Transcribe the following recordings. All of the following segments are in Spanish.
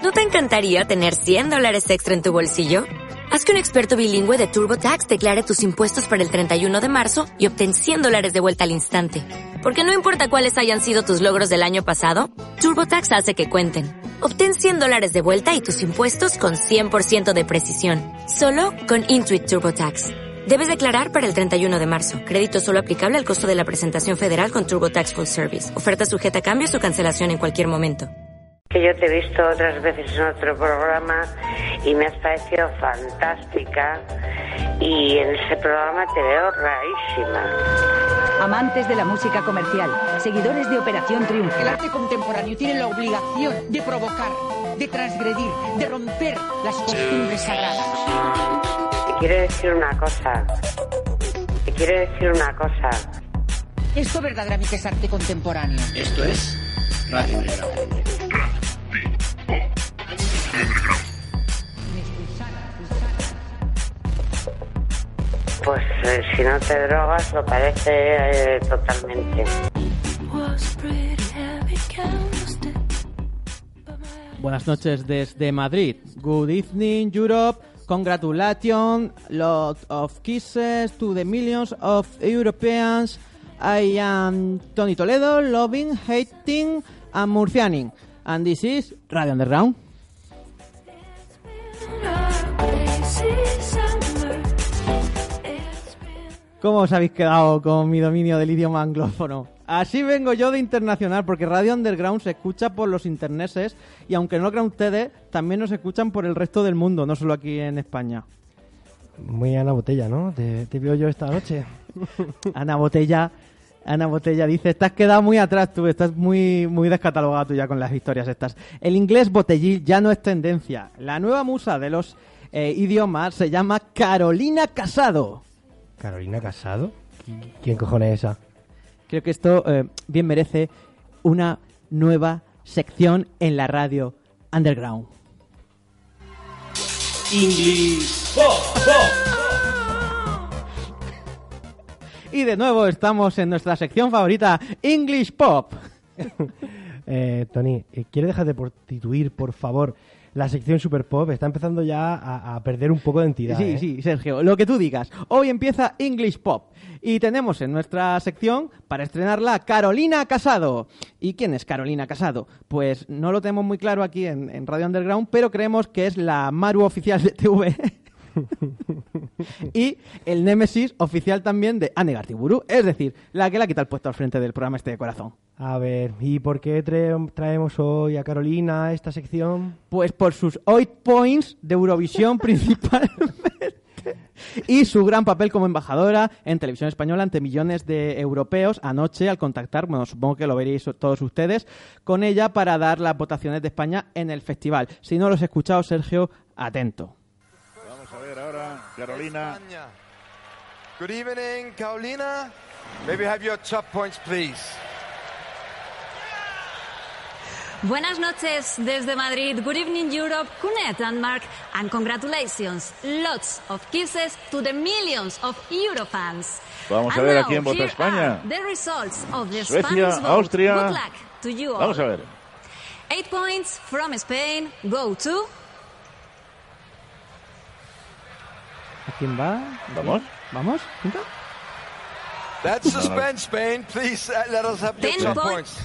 ¿No te encantaría tener $100 extra en tu bolsillo? Haz que un experto bilingüe de TurboTax declare tus impuestos para el 31 de marzo y obtén $100 de vuelta al instante. Porque no importa cuáles hayan sido tus logros del año pasado, TurboTax hace que cuenten. Obtén $100 de vuelta y tus impuestos con 100% de precisión. Solo con Intuit TurboTax. Debes declarar para el 31 de marzo. Crédito solo aplicable al costo de la presentación federal con TurboTax Full Service. Oferta sujeta a cambios o cancelación en cualquier momento. Que yo te he visto otras veces en otro programa y me has parecido fantástica y en ese programa te veo rarísima. Amantes de la música comercial, seguidores de Operación Triunfo. El arte contemporáneo tiene la obligación de provocar, de transgredir, de romper las costumbres sagradas. Te quiero decir una cosa. Esto verdaderamente es arte contemporáneo. Esto es Radio Underground. Pues si no te drogas lo parece totalmente. Buenas noches desde Madrid. Good evening, Europe. Congratulations. Lot of kisses to the millions of Europeans. I am Tony Toledo, loving, hating and murcianing. And this is Radio Underground. ¿Cómo os habéis quedado con mi dominio del idioma anglófono? Así vengo yo de internacional, porque Radio Underground se escucha por los interneses y aunque no lo crean ustedes, también nos escuchan por el resto del mundo, no solo aquí en España. Muy Ana Botella, ¿no? Te veo yo esta noche. Ana Botella dice, te has quedado muy atrás tú, estás muy descatalogado tú ya con las historias estas. El inglés botellil ya no es tendencia. La nueva musa de los idiomas se llama Carolina Casado. ¿Carolina Casado? ¿Quién cojones es esa? Creo que esto bien merece una nueva sección en la radio Underground. English Pop, Y de nuevo estamos en nuestra sección favorita, English Pop. Tony, ¿quieres dejar de prostituir, por favor, la sección Super Pop? Está empezando ya a perder un poco de entidad. Sí, Sergio, lo que tú digas. Hoy empieza English Pop y tenemos en nuestra sección, para estrenarla, Carolina Casado. ¿Y quién es Carolina Casado? Pues no lo tenemos muy claro aquí en Radio Underground, pero creemos que es la Maru oficial de TV y el némesis oficial también de Ane Gartiburu, es decir, la que le ha quitado el puesto al frente del programa este de corazón. A ver, ¿y por qué traemos hoy a Carolina a esta sección? Pues por sus 8 points de Eurovisión principalmente y su gran papel como embajadora en televisión española ante millones de europeos anoche al contactar, bueno, supongo que lo veréis todos ustedes, con ella para dar las votaciones de España en el festival. Si no los he escuchado, Sergio, atento. Vamos a ver ahora, Carolina. Good evening, Carolina. Maybe have your top points, please. Buenas noches desde Madrid. Good evening, Europe. Good Denmark. And congratulations. Lots of kisses to the millions of Eurofans. Vamos a ver a quién vota España. The results of the Suecia, Spanish vote. Austria. Good luck to you all. Vamos a ver. 8 points from Spain go to... ¿A quién va? ¿Vamos? ¿Vamos? ¿Junta? That's suspense, Spain. Please let us have your 10 top points.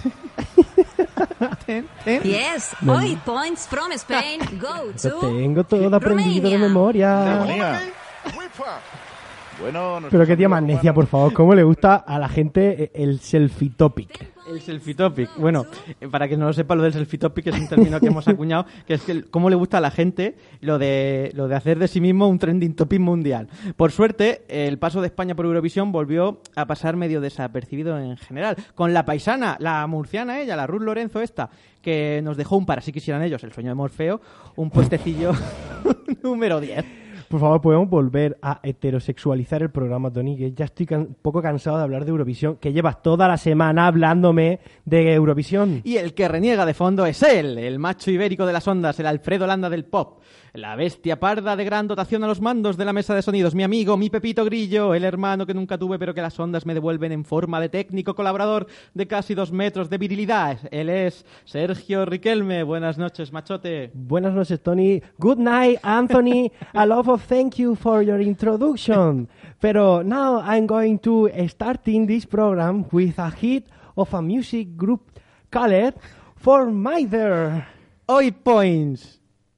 Yes, 8 points from Spain go to... Lo tengo todo aprendido de memoria. Rumanía. Bueno, Pero qué tía más necia, por favor. ¿Cómo le gusta a la gente el selfie topic? El selfie topic. Bueno, para que no lo sepa, lo del selfie topic es un término que hemos acuñado, que es que cómo le gusta a la gente lo de hacer de sí mismo un trending topic mundial. Por suerte, el paso de España por Eurovisión volvió a pasar medio desapercibido en general. Con la paisana, la murciana ella, la Ruth Lorenzo esta, que nos dejó un para si quisieran ellos, el sueño de Morfeo, un puestecillo número 10. Por favor, podemos volver a heterosexualizar el programa, Tony, que ya estoy un poco cansado de hablar de Eurovisión, que llevas toda la semana hablándome de Eurovisión. Y el que reniega de fondo es él, el macho ibérico de las ondas, el Alfredo Landa del pop, la bestia parda de gran dotación a los mandos de la mesa de sonidos, mi amigo, mi Pepito Grillo, el hermano que nunca tuve pero que las ondas me devuelven en forma de técnico colaborador de casi 2 metros de virilidad. Él es Sergio Riquelme. Buenas noches, machote. Buenas noches, Tony. Good night, Anthony. A lot of thank you for your introduction. Pero now I'm going to starting this program with a hit of a music group called For Mother. 8 points.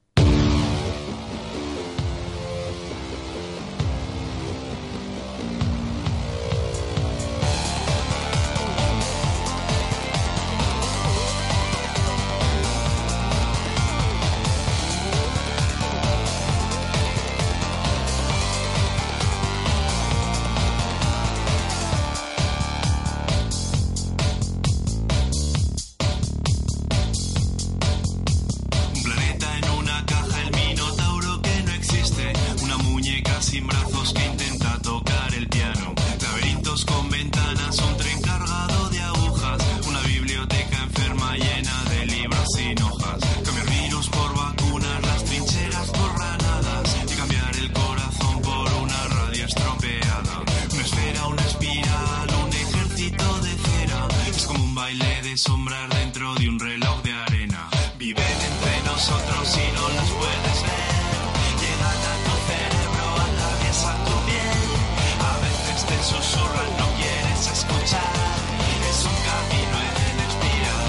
Sin brazos que intenta tocar el piano, laberintos con ventanas, un tren cargado de agujas, una biblioteca enferma llena de libros sin hojas, cambiar virus por vacunas, las trincheras por granadas y cambiar el corazón por una radio estropeada, una esfera, una espiral, un ejército de cera, es como un baile de sombras dentro de un reloj de arena, viven entre nosotros y no las puedes ver, llegan a tu cerebro, a tu piel, a veces te susurran, no quieres escuchar, es un camino en espiral.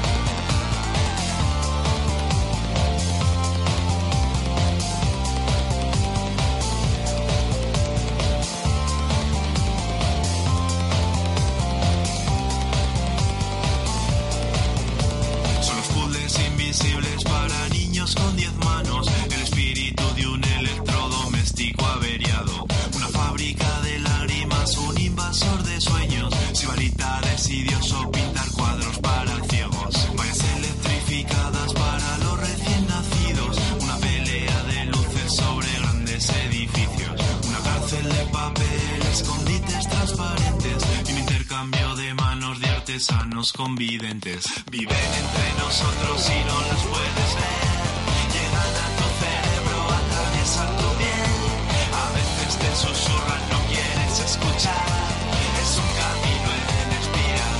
Son los puzzles invisibles para niños con 10 manos, el espíritu de un electrodoméstico averiado, una fábrica de lágrimas, un invasor de sueños, sibarita desidioso, pintar cuadros para ciegos, vallas electrificadas para los recién nacidos, una pelea de luces sobre grandes edificios, una cárcel de papel, escondites transparentes y un intercambio de manos de artesanos con videntes, viven entre nosotros y no las puedes ver, llegan a tu cerebro, atraviesan tu piel, a veces te susurran, no quieres escuchar, es un camino en espiral.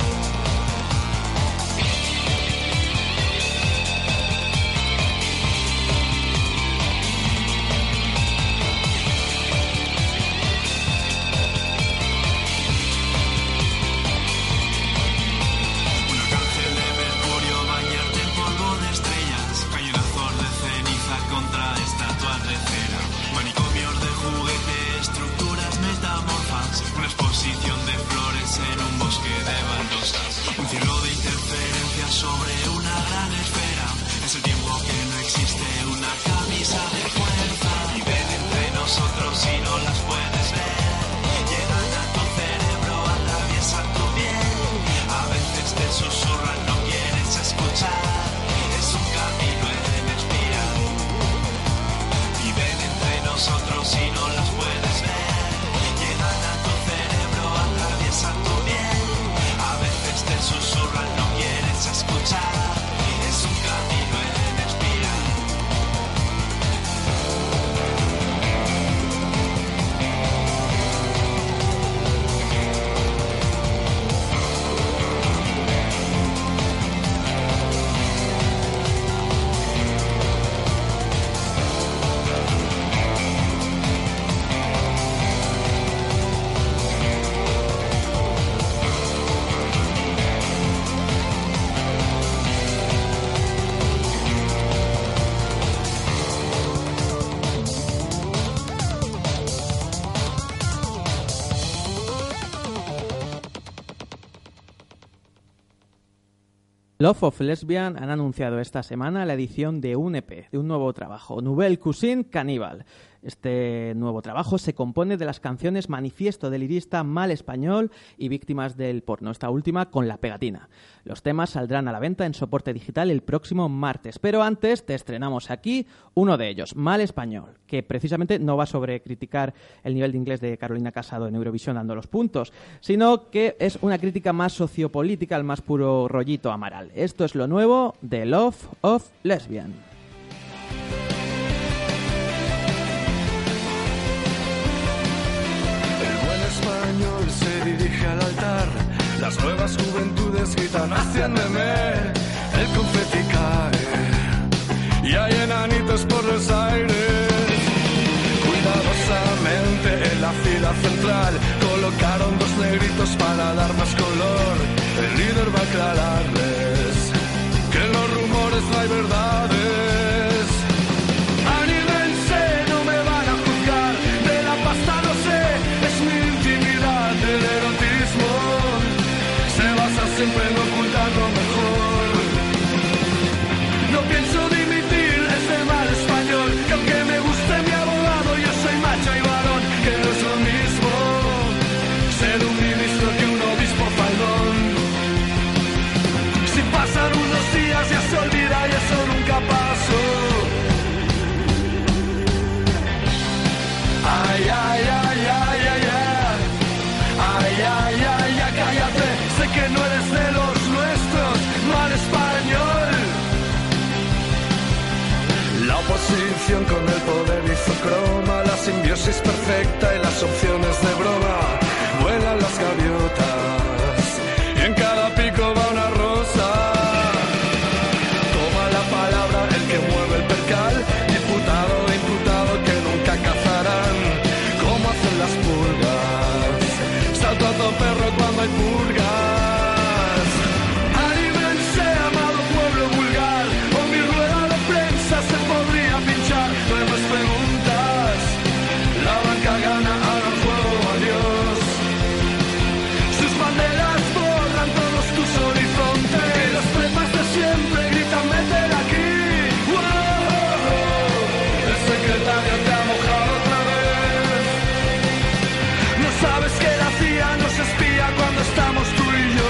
Un arcángel de mercurio, bañarte en polvo de estrellas, cañonazos de ceniza contra estatuas de cera, manicomios de juguete, estructuras metamorfas, una exposición de flores en un bosque de baldosas, un cielo de interferencias sobre una gran esfera, es el tiempo que no existe, una camisa de fuerza, viven entre nosotros y no las puedes ver, llegan a tu cerebro, atraviesan tu piel, a veces te susurran, no quieres escuchar, es un camino en espiral, viven entre nosotros y no las puedes ver, llegan a tu cerebro, atraviesan tu piel, a veces te susurran, no quieres escuchar, es un camino en espiral. Love of Lesbian han anunciado esta semana la edición de un EP, de un nuevo trabajo, Nouvelle Cuisine Cannibal. Este nuevo trabajo se compone de las canciones Manifiesto del lirista, Mal Español y Víctimas del porno, esta última con La Pegatina. Los temas saldrán a la venta en soporte digital el próximo martes, pero antes te estrenamos aquí uno de ellos, Mal Español, que precisamente no va sobre criticar el nivel de inglés de Carolina Casado en Eurovisión dando los puntos, sino que es una crítica más sociopolítica, al más puro rollito Amaral. Esto es lo nuevo de Love of Lesbian. Español se dirige al altar, las nuevas juventudes gritan haciéndome, el confeti cae y hay enanitos por los aires. Cuidadosamente en la fila central colocaron 2 negritos para dar más color. El líder va a aclararles que en los rumores no hay verdades. Anímense, no me van a juzgar, de la pasta no sé, es mi intimidad. El erotismo se basa siempre en ocultar lo mejor. No pienso dimitir, es de Mal Español, que aunque me guste mi abogado, yo soy macho y varón, que no es lo mismo ser un ministro que un obispo faldón. Si pasan unos días ya se olvida y eso nunca pasó. Ay, ay, ay, ay, ay, ay, ay, ay, ay, ay, cállate, sé que no eres de los nuestros, Mal Español. La oposición con el poder hizo croma, la simbiosis perfecta y las opciones de broma. Vuelan las gaviotas y en cada pico va una rosa. Toma la palabra el que mueve el percal, diputado o imputado que nunca cazarán, como hacen las purgas, salto a todo perro cuando hay purgas. Anímense, amado pueblo vulgar, o mi rueda de prensa se podría pinchar. No hay más preguntas, la banca gana, haga el juego, adiós. Sus banderas borran todos tus horizontes, y los prepas de siempre gritan meter aquí. ¡Wow! El secretario te ha mojado otra vez. No sabes que la CIA nos espía cuando estamos tú y yo.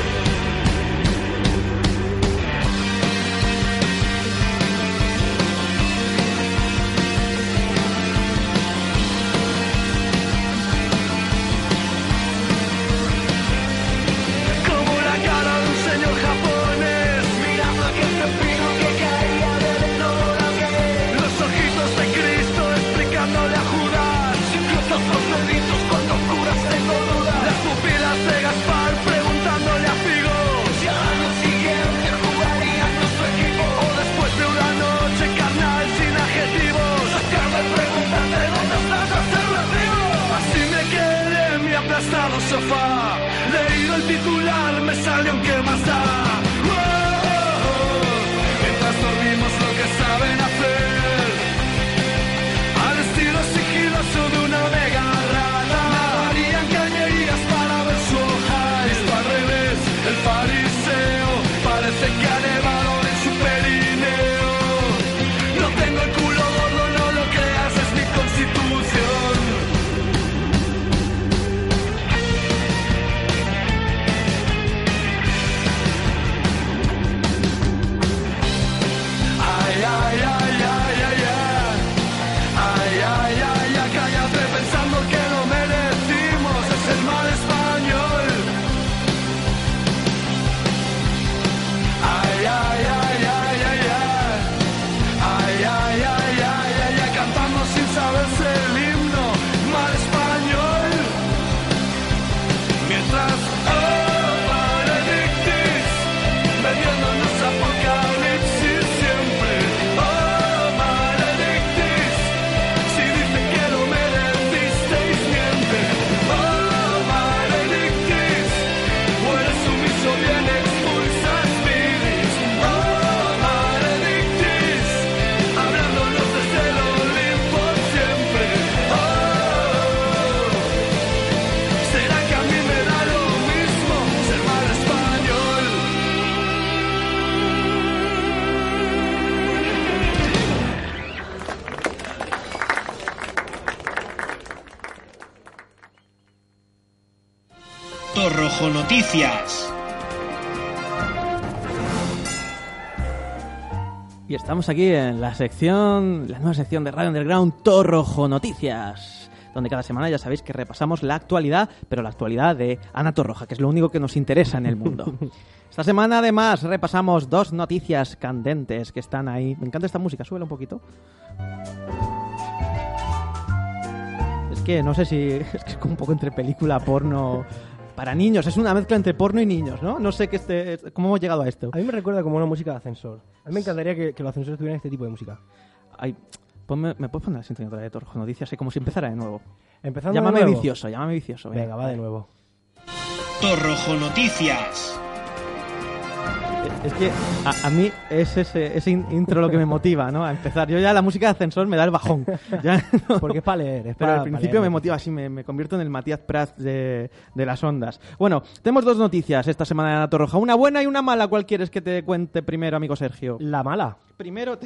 Como la cara de un señor japonés mirando aquel pepino que caía del enorme. Los ojitos de Cristo explicándole a Judas, incluso los deditos cuando curas tengo dudas. Las pupilas de Gaspar preguntándole a Figo si al año siguiente jugaría en nuestro equipo, o después de una noche carnal sin adjetivos sacarme preguntas de dónde estás alternativo. Así me quedé en mi aplastado sofá, leído el titular me salió un que más da. Mientras dormimos lo que saben hacer, al estilo sigiloso de una mega rata. Me harían cañerías para ver su hoja. Esto al revés, el fariseo parece que ha nevado en su perineo. No tengo el culo gordo, no lo creas, es mi constitución. Ay, ay, ay. Torrojo Noticias. Y estamos aquí en la nueva sección de Radio Underground, Torrojo Noticias, donde cada semana ya sabéis que repasamos la actualidad, pero la actualidad de Ana Torroja, que es lo único que nos interesa en el mundo. Esta semana, además, repasamos 2 noticias candentes que están ahí. Me encanta esta música, súbela un poquito. Es que no sé si es que es como un poco entre película, porno... Para niños, es una mezcla entre porno y niños, ¿no? No sé cómo hemos llegado a esto. A mí me recuerda como una música de ascensor. A mí me encantaría que los ascensores tuvieran este tipo de música. Ay, ¿me puedes poner la sintonía otra vez de Torrojo Noticias? Como si empezara de nuevo. Empezando llámame de nuevo. Llámame vicioso. Venga, va de nuevo. Torrojo Noticias. Es que a mí es ese intro lo que me motiva, ¿no? A empezar. Yo ya la música de ascensor me da el bajón. Ya, no. Porque es para leer. Pero al principio me motiva así, me convierto en el Matías Prats de las ondas. Bueno, tenemos 2 noticias esta semana de Ana Torroja. Una buena y una mala. ¿Cuál quieres que te cuente primero, amigo Sergio? La mala. Primero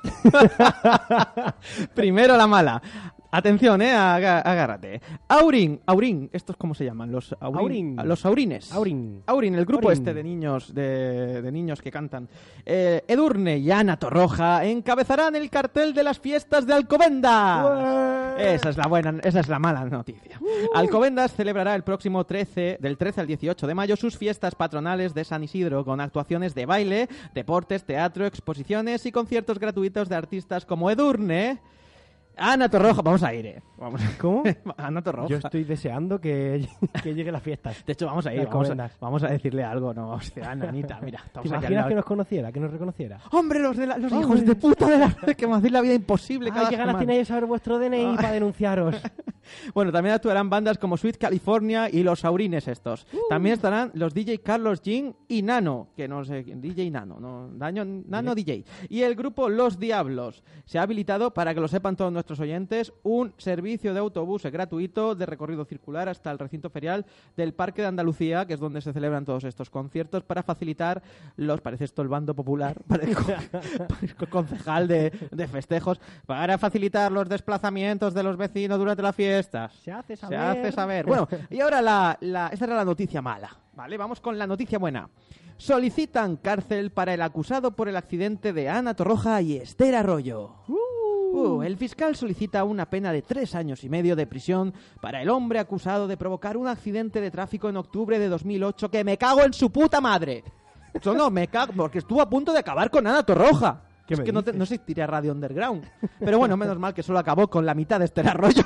la mala. Atención, agárrate. Aurin, ¿estos cómo se llaman? Los aurines. Aurin, el grupo este de niños de niños que cantan. Edurne y Ana Torroja encabezarán el cartel de las fiestas de Alcobendas. Esa es la mala noticia. Alcobendas celebrará el próximo del 13 al 18 de mayo sus fiestas patronales de San Isidro con actuaciones de baile, deportes, teatro, exposiciones y conciertos gratuitos de artistas como Edurne, Ana Torroja, vamos a ir, Vamos. ¿Cómo? Ana Torroja. Yo estoy deseando que llegue las fiestas. De hecho, vamos a ir, vamos a decirle algo, ¿no? Vamos a decir, Ana, Anita, mira. ¿Te imaginas que nos conociera, que nos reconociera? ¡Hombre, los hijos de puta que me hacéis la vida imposible cada semana! ¡Qué ganas tenéis de saber vuestro DNI para denunciaros! Bueno, también actuarán bandas como Sweet California y los Aurines estos. También estarán los DJ Carlos Jean y Nano, que no sé, DJ Nano, ¿no? Nano DJ. Y el grupo Los Diablos. Se ha habilitado, para que lo sepan todos nuestros oyentes, un servicio de autobuses gratuito de recorrido circular hasta el recinto ferial del Parque de Andalucía, que es donde se celebran todos estos conciertos, para facilitar parece esto el bando popular, parece concejal de festejos, para facilitar los desplazamientos de los vecinos durante la fiesta. Se hace saber. Bueno, y ahora esta era la noticia mala, ¿vale? Vamos con la noticia buena. Solicitan cárcel para el acusado por el accidente de Ana Torroja y Esther Arroyo. El fiscal solicita una pena de 3 años y medio de prisión para el hombre acusado de provocar un accidente de tráfico en octubre de 2008 que me cago en su puta madre. Eso no, me cago, porque estuvo a punto de acabar con Ana Torroja. Es que no existiría Radio Underground. Pero bueno, menos mal que solo acabó con la mitad de Esther Arroyo.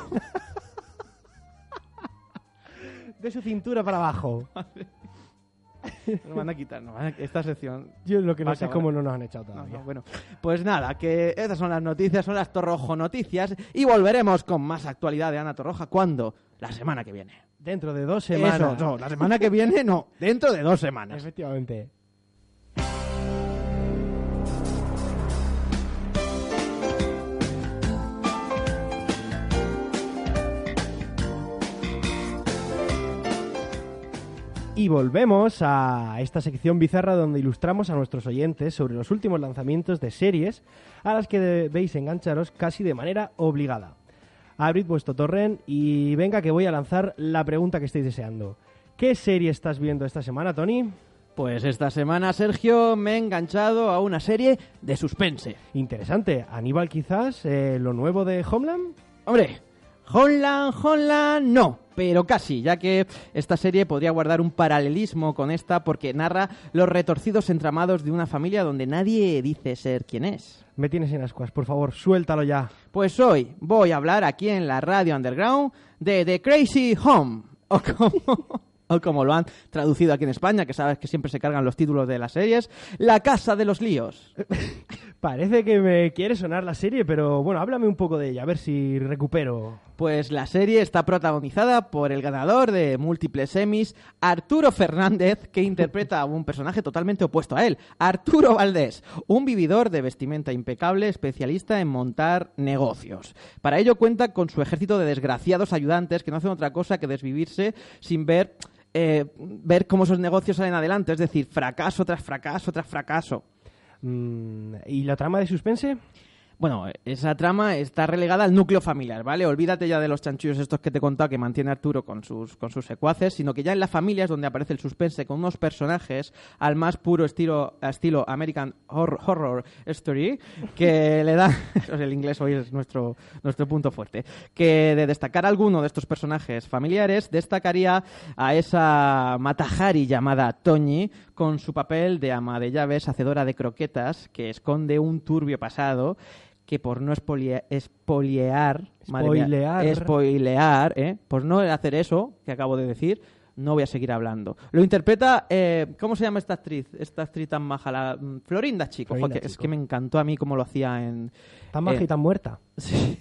De su cintura para abajo. Nos van a quitar, esta sección. Yo lo que no sé es cómo no nos han echado todavía. Bueno, pues nada, que estas son las noticias, son las Torrojo Noticias, y volveremos con más actualidad de Ana Torroja. ¿Cuándo? La semana que viene. Dentro de 2 semanas. Eso, no, la semana que viene no, dentro de 2 semanas. Efectivamente. Y volvemos a esta sección bizarra donde ilustramos a nuestros oyentes sobre los últimos lanzamientos de series a las que debéis engancharos casi de manera obligada. Abrid vuestro torrent y venga que voy a lanzar la pregunta que estáis deseando. ¿Qué serie estás viendo esta semana, Tony? Pues esta semana, Sergio, me he enganchado a una serie de suspense. Interesante. ¿Aníbal quizás? ¿Lo nuevo de Homeland? Hombre, Homeland no, pero casi, ya que esta serie podría guardar un paralelismo con esta porque narra los retorcidos entramados de una familia donde nadie dice ser quien es. Me tienes en ascuas, por favor, suéltalo ya. Pues hoy voy a hablar aquí en la Radio Underground de The Crazy Home, o como lo han traducido aquí en España, que sabes que siempre se cargan los títulos de las series, La Casa de los Líos. Parece que me quiere sonar la serie, pero bueno, háblame un poco de ella, a ver si recupero. Pues la serie está protagonizada por el ganador de múltiples Emmys, Arturo Fernández, que interpreta a un personaje totalmente opuesto a él, Arturo Valdés, un vividor de vestimenta impecable, especialista en montar negocios. Para ello cuenta con su ejército de desgraciados ayudantes que no hacen otra cosa que desvivirse sin ver cómo esos negocios salen adelante, es decir, fracaso tras fracaso tras fracaso. ¿Y la trama de suspense? Bueno, esa trama está relegada al núcleo familiar, ¿vale? Olvídate ya de los chanchullos estos que te he contado que mantiene Arturo con sus secuaces, sino que ya en la familia es donde aparece el suspense con unos personajes al más puro estilo American Horror Story, que le da... el inglés hoy es nuestro punto fuerte. Que de destacar alguno de estos personajes familiares, destacaría a esa Matahari llamada Toñi, con su papel de ama de llaves, hacedora de croquetas, que esconde un turbio pasado que por no spoilear, por no hacer eso que acabo de decir, no voy a seguir hablando. Lo interpreta, ¿cómo se llama esta actriz? Esta actriz tan maja, Florinda Chico. Florinda Chico. Es que me encantó a mí cómo lo hacía en... Tan maja y tan muerta. Sí.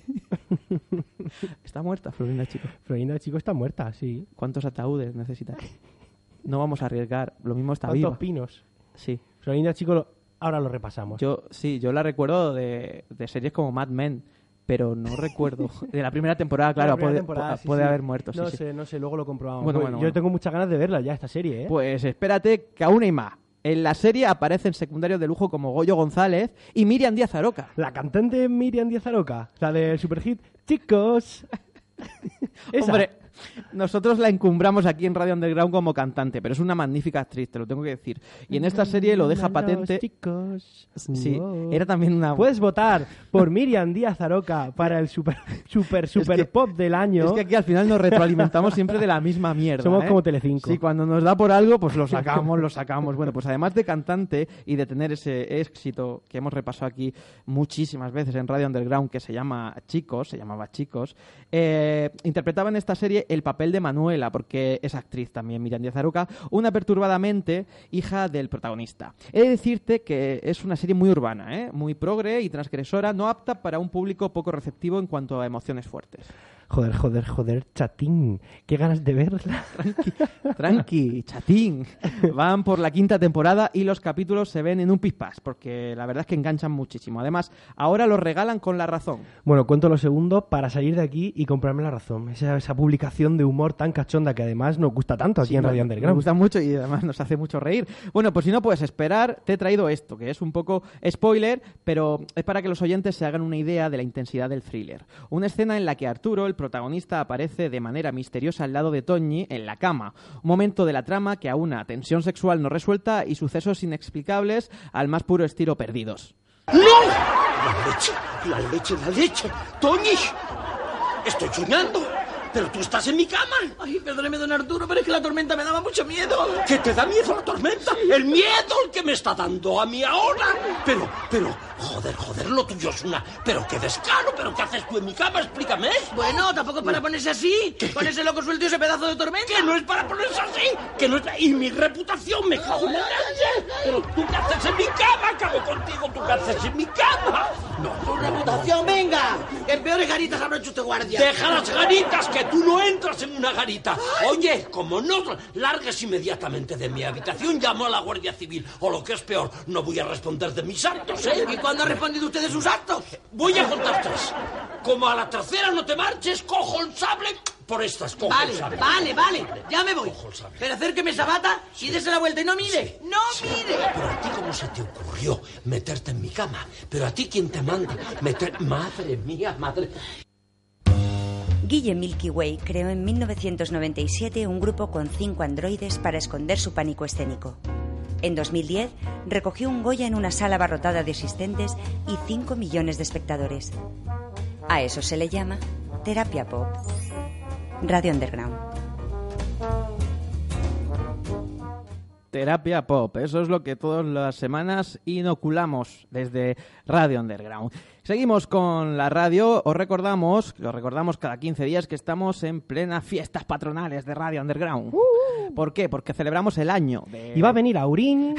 Está muerta Florinda Chico. Florinda Chico está muerta, sí. ¿Cuántos ataúdes necesita? No vamos a arriesgar. Lo mismo está viva. ¿Cuántos pinos? Sí. Florinda Chico... Ahora lo repasamos. Yo la recuerdo de series como Mad Men, pero no recuerdo. De la primera temporada, claro, puede haber muerto. No sí. sé, luego lo comprobamos. Bueno. Yo tengo muchas ganas de verla ya, esta serie, ¿eh? Pues espérate, que aún hay más. En la serie aparecen secundarios de lujo como Goyo González y Miriam Díaz Aroca. La cantante Miriam Díaz Aroca, la del superhit Chicos. Hombre, nosotros la encumbramos aquí en Radio Underground como cantante, pero es una magnífica actriz, te lo tengo que decir. Y en esta serie lo deja patente. Chicos. Sí, era también una... Puedes votar por Miriam Díaz Aroca para el super pop del año. Es que aquí al final nos retroalimentamos siempre de la misma mierda. Somos como Telecinco. Sí, cuando nos da por algo, pues lo sacamos. Bueno, pues además de cantante y de tener ese éxito que hemos repasado aquí muchísimas veces en Radio Underground, que se llamaba Chicos, interpretaba en esta serie el papel de Manuela, porque es actriz también, Miriam Díaz Aroca, una perturbadamente hija del protagonista. He de decirte que es una serie muy urbana, muy progre y transgresora, no apta para un público poco receptivo en cuanto a emociones fuertes. Joder, chatín. Qué ganas de verla. Tranqui, chatín. Van por la 5ª temporada y los capítulos se ven en un pispás, porque la verdad es que enganchan muchísimo. Además, ahora los regalan con La Razón. Bueno, cuento los segundos para salir de aquí y comprarme La Razón. Esa publicación de humor tan cachonda que además nos gusta tanto aquí en Radio Underground. Nos gusta mucho y además nos hace mucho reír. Bueno, pues si no puedes esperar, te he traído esto, que es un poco spoiler, pero es para que los oyentes se hagan una idea de la intensidad del thriller. Una escena en la que Arturo, el protagonista, aparece de manera misteriosa al lado de Toñi en la cama. Un momento de la trama que aúna tensión sexual no resuelta y sucesos inexplicables al más puro estilo Perdidos. ¡No! La leche. ¡Toñi! ¡Estoy soñando! ¡Pero tú estás en mi cama! Ay, perdóneme, don Arturo, pero es que la tormenta me daba mucho miedo. ¿Qué te da miedo la tormenta? ¡El miedo el que me está dando a mí ahora! Pero, joder, lo tuyo es una... Pero qué descaro, pero ¿qué haces tú en mi cama? Explícame. Bueno, tampoco es para ponerse así, con ese loco suelto y ese pedazo de tormenta. Que no es para ponerse así, que no es... Y mi reputación, me cago en la leche. Pero ¿tú qué haces en mi cama? Acabo contigo, ¿tú qué haces en mi cama? No. Tu reputación, venga, que en peores garitas habrá hecho usted guardia. Deja las garitas, que tú no entras en una garita. Oye, como no largues inmediatamente de mi habitación, llamo a la Guardia Civil. O lo que es peor, no voy a responder de mis actos, ¿eh? ¿Y cuándo ha respondido usted de sus actos? Voy a contar 3. Como a la tercera no te marches, cojo el sable por estas cosas. Vale, ya me voy. Pero acérqueme esa bata y dése la vuelta y no mire. ¡No mire! Pero a ti, ¿cómo se te ocurrió meterte en mi cama? Pero a ti, ¿quién te manda meter... Madre mía, madre... Guille Milky Way creó en 1997 un grupo con 5 androides para esconder su pánico escénico. En 2010 recogió un Goya en una sala abarrotada de asistentes y 5 millones de espectadores. A eso se le llama terapia pop. Radio Underground. Terapia pop, eso es lo que todas las semanas inoculamos desde Radio Underground. Seguimos con la radio, lo recordamos cada 15 días que estamos en plenas fiestas patronales de Radio Underground. ¿Por qué? Porque celebramos el año de... Y va a venir Aurín...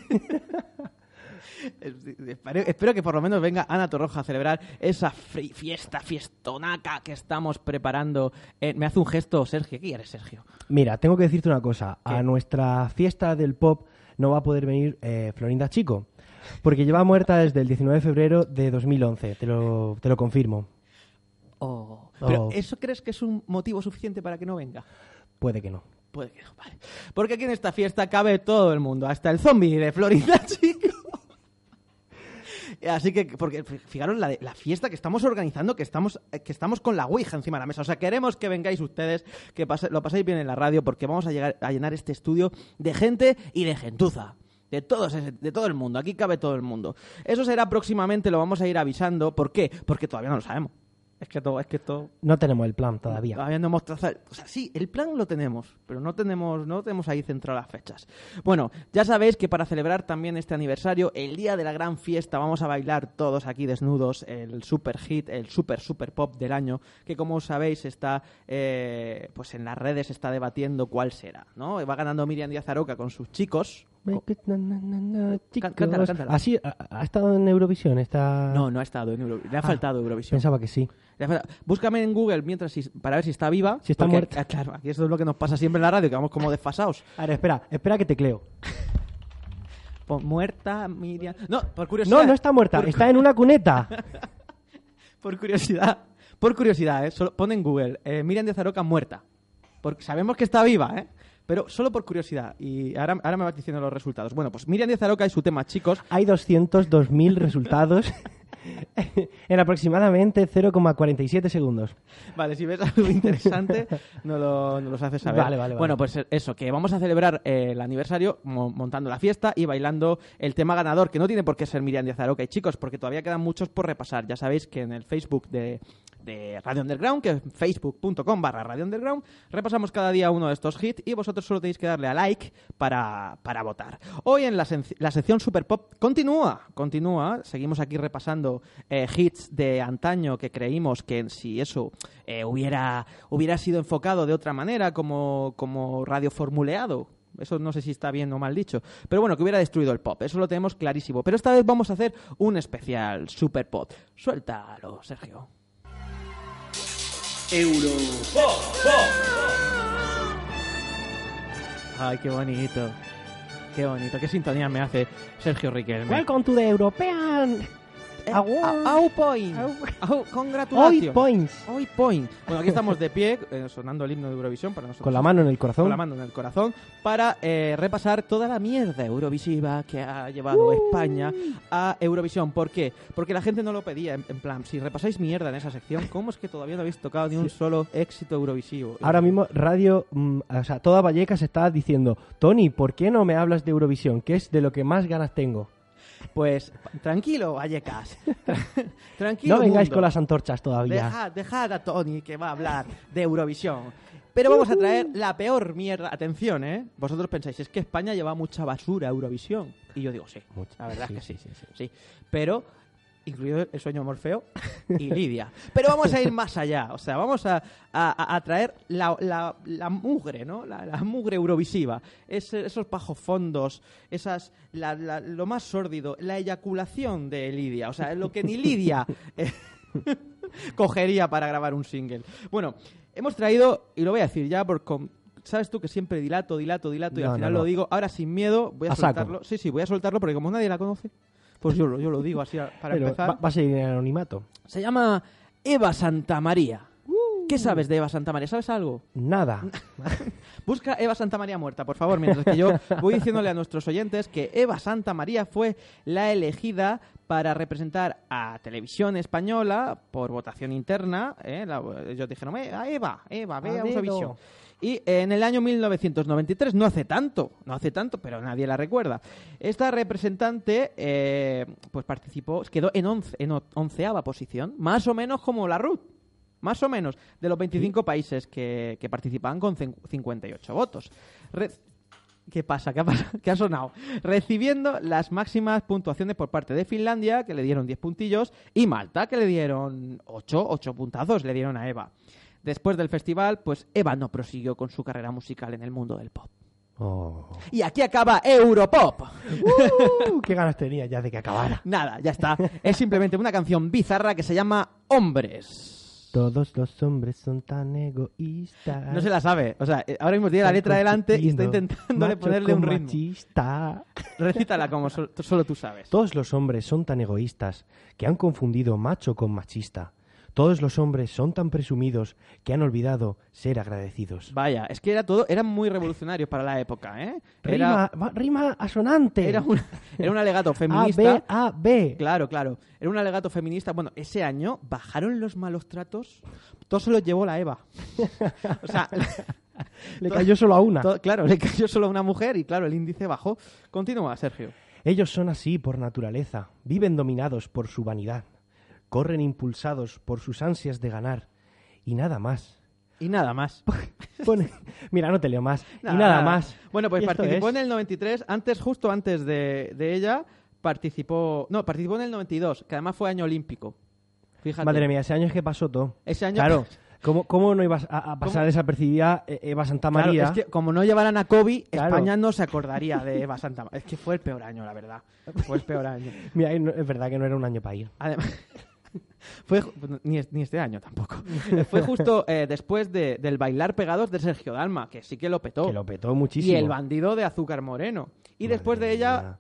Espero que por lo menos venga Ana Torroja a celebrar esa fiestonaca que estamos preparando. Me hace un gesto Sergio. ¿Qué quieres, Sergio? Mira, tengo que decirte una cosa. ¿Qué? A nuestra fiesta del pop no va a poder venir Florinda Chico, porque lleva muerta desde el 19 de febrero de 2011. Te lo confirmo. ¿Pero eso crees que es un motivo suficiente para que no venga? Puede que no. Vale. Porque aquí en esta fiesta cabe todo el mundo, hasta el zombie de Florinda Chico. Así que, porque fijaros la fiesta que estamos organizando, que estamos con la Ouija encima de la mesa. O sea, queremos que vengáis ustedes, que lo paséis bien en la radio, porque vamos a llegar a llenar este estudio de gente y de gentuza. De todo el mundo. Aquí cabe todo el mundo. Eso será próximamente, lo vamos a ir avisando. ¿Por qué? Porque todavía no lo sabemos. Es que todo... No tenemos el plan todavía. Todavía no hemos trazado... O sea, sí, el plan lo tenemos, pero no tenemos ahí centrado las fechas. Bueno, ya sabéis que para celebrar también este aniversario, el día de la gran fiesta, vamos a bailar todos aquí desnudos el super hit, el super pop del año, que como sabéis está, pues en las redes se está debatiendo cuál será, ¿no? Va ganando Miriam Díaz Aroca con sus chicos. Cántala. ¿Así ha estado en Eurovisión? No ha estado en Eurovisión. Le ha faltado Eurovisión. Pensaba que sí. Búscame en Google mientras para ver si está viva. Si está muerta. Claro, aquí eso es lo que nos pasa siempre en la radio, que vamos como desfasados. A ver, espera que tecleo. Muerta, Miriam... No, por curiosidad. No está muerta, está en una cuneta. Por curiosidad, solo pon en Google Miriam Díaz Aroca muerta. Porque sabemos que está viva, pero solo por curiosidad. Y ahora me vas diciendo los resultados. Bueno, pues Miriam Díaz Aroca y su tema, chicos. Hay 202.000 resultados en aproximadamente 0,47 segundos. Vale, si ves algo interesante, nos los haces saber. Vale. Bueno, pues eso, que vamos a celebrar el aniversario montando la fiesta y bailando el tema ganador, que no tiene por qué ser Miriam Díaz Aroca. Y chicos, porque todavía quedan muchos por repasar. Ya sabéis que en el Facebook de Radio Underground, que es facebook.com/Radio Underground, repasamos cada día uno de estos hits y vosotros solo tenéis que darle a like para votar. Hoy en la sección Super Pop continúa. Seguimos aquí repasando hits de antaño que creímos que si eso hubiera sido enfocado de otra manera, como radioformuleado. Eso no sé si está bien o mal dicho. Pero bueno, que hubiera destruido el pop. Eso lo tenemos clarísimo. Pero esta vez vamos a hacer un especial Super Pop. Suéltalo, Sergio. Europop. Ay, qué bonito. Qué sintonía me hace Sergio Riquelme. Welcome to the European Point. Congratulations. Hoy Point. Bueno, aquí estamos de pie, sonando el himno de Eurovisión para nosotros. Con la mano en el corazón. Para repasar toda la mierda eurovisiva que ha llevado España a Eurovisión. ¿Por qué? Porque la gente no lo pedía. En plan, si repasáis mierda en esa sección, ¿cómo es que todavía no habéis tocado ni un solo éxito eurovisivo? Ahora mismo Radio, toda Vallecas está diciendo: Tony, ¿por qué no me hablas de Eurovisión? Que es de lo que más ganas tengo. Pues tranquilo, Vallecas. Tranquilo. No vengáis mundo. con las antorchas todavía. Dejad a Tony, que va a hablar de Eurovisión. Pero vamos a traer la peor mierda. Atención, Vosotros pensáis, es que España lleva mucha basura a Eurovisión. Y yo digo, sí. La verdad es que sí. Pero, incluido El sueño de Morfeo y Lidia. Pero vamos a ir más allá. O sea, vamos a traer la mugre, ¿no? La mugre eurovisiva. Esos bajofondos, lo más sórdido, la eyaculación de Lidia. O sea, lo que ni Lidia cogería para grabar un single. Bueno, hemos traído, y lo voy a decir ya, porque sabes tú que siempre dilato y al final lo digo. Ahora sin miedo voy a soltarlo. Sí, voy a soltarlo porque como nadie la conoce, pues yo lo digo así para empezar. Va a seguir en anonimato. Se llama Eva Santamaría. ¿Qué sabes de Eva Santamaría? ¿Sabes algo? Nada. Busca Eva Santamaría muerta, por favor, mientras que yo voy diciéndole a nuestros oyentes que Eva Santamaría fue la elegida para representar a Televisión Española por votación interna. Ellos dijeron, Eva, ve a Eurovisión. Y en el año 1993, no hace tanto, pero nadie la recuerda. Esta representante pues participó, quedó en 11ª posición, más o menos como la Ruth. Más o menos, de los 25 países que participaban con 58 votos. ¿Qué pasa? ¿Qué ha sonado? Recibiendo las máximas puntuaciones por parte de Finlandia, que le dieron 10 puntillos, y Malta, que le dieron 8 puntazos, le dieron a Eva. Después del festival, pues Eva no prosiguió con su carrera musical en el mundo del pop. Y aquí acaba Europop. ¡Qué ganas tenía ya de que acabara! Nada, ya está. Es simplemente una canción bizarra que se llama Hombres. Todos los hombres son tan egoístas. No se la sabe. O sea, ahora mismo tiene la letra delante y está intentándole ponerle un ritmo. Machista. Recítala como solo tú sabes. Todos los hombres son tan egoístas que han confundido macho con machista. Todos los hombres son tan presumidos que han olvidado ser agradecidos. Vaya, es que eran muy revolucionarios para la época, ¿eh? Rima asonante. Era un alegato feminista. A-B. Claro. Era un alegato feminista. Bueno, ese año bajaron los malos tratos. Todo se los llevó la Eva. O sea... le cayó solo a una. Claro, le cayó solo a una mujer y claro, el índice bajó. Continúa, Sergio. Ellos son así por naturaleza. Viven dominados por su vanidad. Corren impulsados por sus ansias de ganar. Y nada más. Y nada más. Mira, no te leo más. Nada más. Bueno, pues ¿Y participó en el 93, justo antes de ella, participó en el 92, que además fue año olímpico. Fíjate. Madre mía, ese año es que pasó todo. Ese año... Claro. ¿Cómo no ibas a pasar desapercida Eva Santamaría? Claro, es que como no llevaran a Kobe, claro. España no se acordaría de Eva Santamaría. Es que fue el peor año, la verdad. Fue el peor año. Mira, es verdad que no era un año para ir. Además... ni este año tampoco. Fue justo después del Bailar Pegados de Sergio Dalma, que sí que lo petó. Que lo petó muchísimo. Y El Bandido de Azúcar Moreno. Y madre después de ella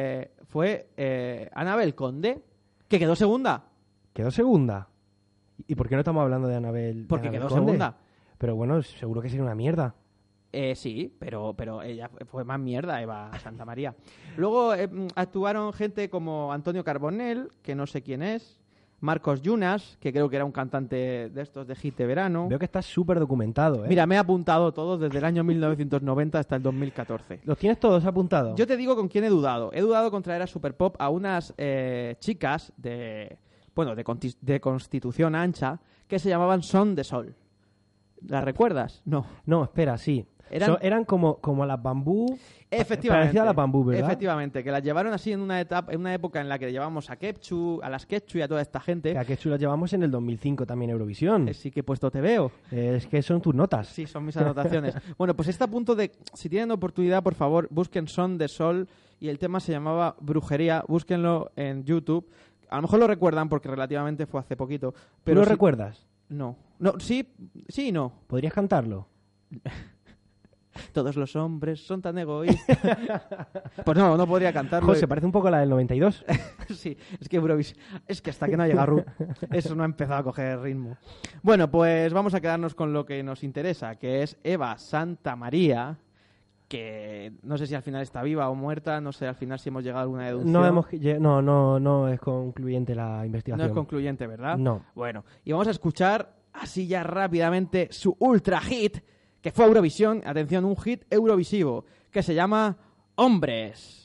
fue Anabel Conde, que quedó segunda. ¿Quedó segunda? ¿Y por qué no estamos hablando de Anabel? Porque Anabel quedó Conde? segunda. Pero bueno, seguro que sería una mierda. Sí, pero ella fue más mierda, Eva Santamaría. Luego actuaron gente como Antonio Carbonell, que no sé quién es, Marcos Yunas, que creo que era un cantante de estos de hit de verano. Veo que estás súper documentado, ¿eh? Mira, me he apuntado todos desde el año 1990 hasta el 2014. ¿Los tienes todos apuntados? Yo te digo con quién he dudado. He dudado con traer a Superpop a unas chicas de constitución ancha que se llamaban Son de Sol. ¿Las recuerdas? No. No, espera, sí. Eran como las Bambú. Efectivamente. Parecía a las Bambú, ¿verdad? Efectivamente, que las llevaron así en una época en la que llevamos a Kepchu, a las Quechu y a toda esta gente. Que a Quechu las llevamos en el 2005 también Eurovisión. Sí que puesto te veo. Es que son tus notas. Sí, son mis anotaciones. Bueno, pues está a punto de... Si tienen oportunidad, por favor, busquen Son de Sol y el tema se llamaba Brujería. Búsquenlo en YouTube. A lo mejor lo recuerdan porque relativamente fue hace poquito. Pero ¿Tú lo recuerdas? No, sí y no. ¿Podrías cantarlo? Todos los hombres son tan egoístas. Pues no podría cantarlo. José, parece un poco la del 92. Sí, es que Eurovisión... Es que hasta que no llega Ruth, eso no ha empezado a coger ritmo. Bueno, pues vamos a quedarnos con lo que nos interesa, que es Eva Santamaría, que no sé si al final está viva o muerta, no sé al final si hemos llegado a alguna deducción. No es concluyente la investigación. No es concluyente, ¿verdad? No. Bueno, y vamos a escuchar así ya rápidamente su ultra hit, que fue Eurovisión, atención, un hit eurovisivo, que se llama Hombres.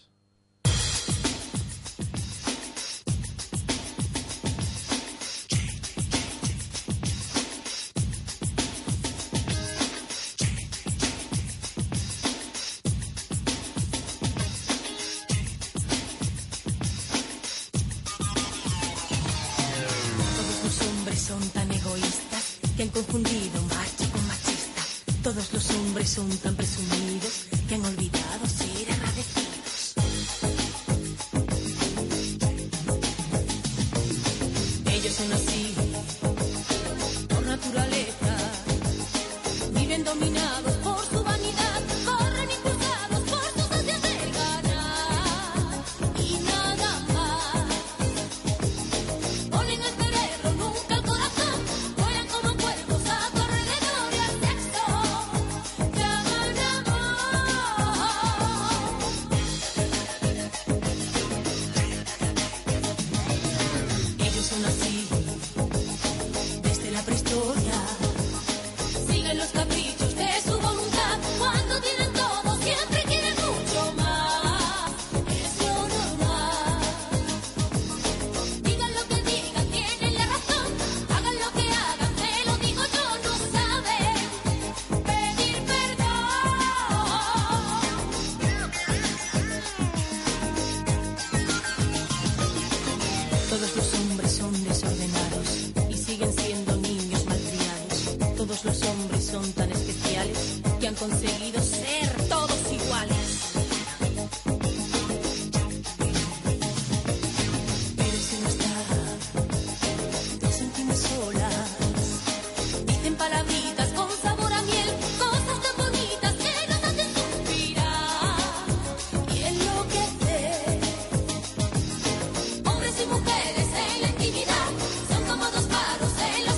Que han confundido macho con machista. Todos los hombres son tan presumidos que han olvidado ser agradecidos. Ellos son así, por naturaleza. Viven dominados por su vanidad. Corren impulsados por sus ansias de ganar. Y nada más. Ponen al cerebro, nunca al corazón. Todos los hombres son desordenados y siguen siendo niños malcriados. Todos los hombres son tan especiales que han conseguido ser todos iguales. Pero si no está, nos sentimos solas. Dicen palabritas con sabor a miel, cosas tan bonitas que nos hacen suspirar y enloquecer. Hombres y mujeres en la intimidad son como dos paros en la